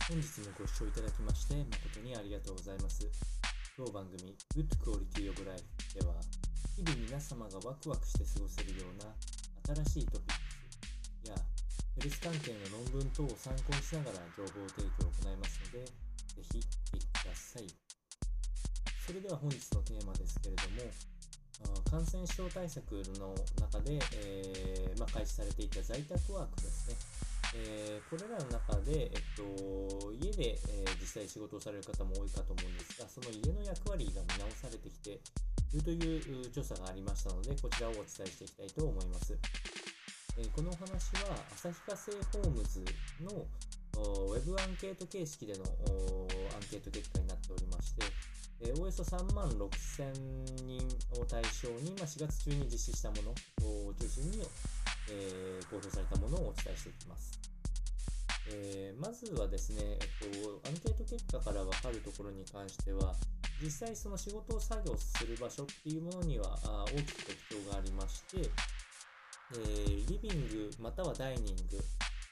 本日もご視聴いただきまして誠にありがとうございます。当番組 Good Quality of Life では、日々皆様がワクワクして過ごせるような新しいトピックスやヘルス関係の論文等を参考にしながら情報提供を行いますので、ぜひお聞きください。それでは本日のテーマですけれども、感染症対策の中で、開始されていた在宅ワークですね。これらの中で、家で、実際仕事をされる方も多いかと思うんですが、その家の役割が見直されてきているという調査がありましたので、こちらをお伝えしていきたいと思います。このお話は旭化成ホームズのウェブアンケート形式でのアンケート結果になっておりまして、およそ3万6000人を対象に、4月中に実施したものを中心に、公表されたものをお伝えしていきます。まずはですね、アンケート結果から分かるところに関しては、実際その仕事を作業する場所っていうものには大きく特徴がありまして、リビングまたはダイニング、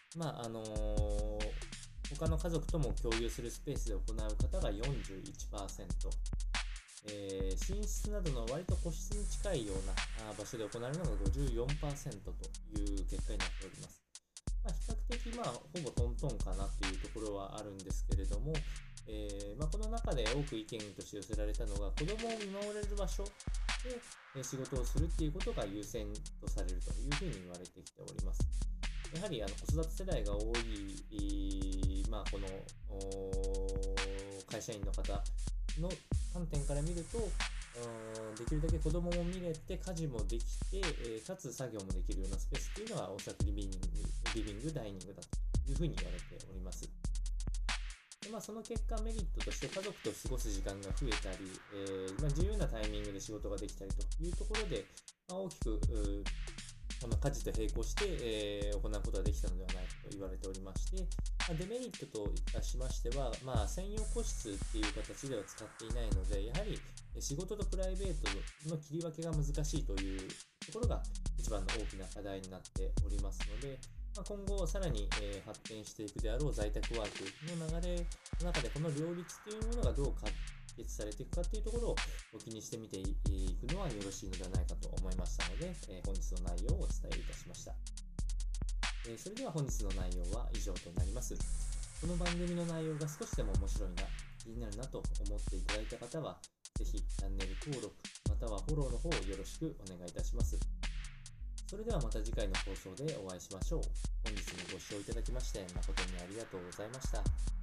他の家族とも共有するスペースで行う方が 41%、寝室などの割と個室に近いような場所で行われるのが 54% という結果になっております。比較的ほぼトントンかなというところはあるんですけれども、この中で多く意見として寄せられたのが、子供を見守れる場所で仕事をするっていうことが優先とされるというふうに言われてきております。やはり子育て世代が多い、この会社員の方の観点から見ると、できるだけ子供も見れて家事もできて、かつ作業もできるようなスペースっていうのはおそらくリビング、ダイニングだというふうに言われております。でその結果メリットとして家族と過ごす時間が増えたり、自由なタイミングで仕事ができたりというところで、大きく家事と並行して、行うことができたのではないかと言われておりまして、デメリットといたしましては、専用個室っていう形では使っていないので、やはり仕事とプライベートの切り分けが難しいというところが一番の大きな課題になっておりますので、今後さらに発展していくであろう在宅ワークの流れの中で、この両立というものがどう解決されていくかというところをお気にしてみていくのはよろしいのではないかと思いましたので、本日の内容をお伝えいたしました。それでは本日の内容は以上となります。この番組の内容が少しでも面白いな、気になるなと思っていただいた方は、ぜひチャンネル登録またはフォローの方をよろしくお願いいたします。それではまた次回の放送でお会いしましょう。本日もご視聴いただきまして誠にありがとうございました。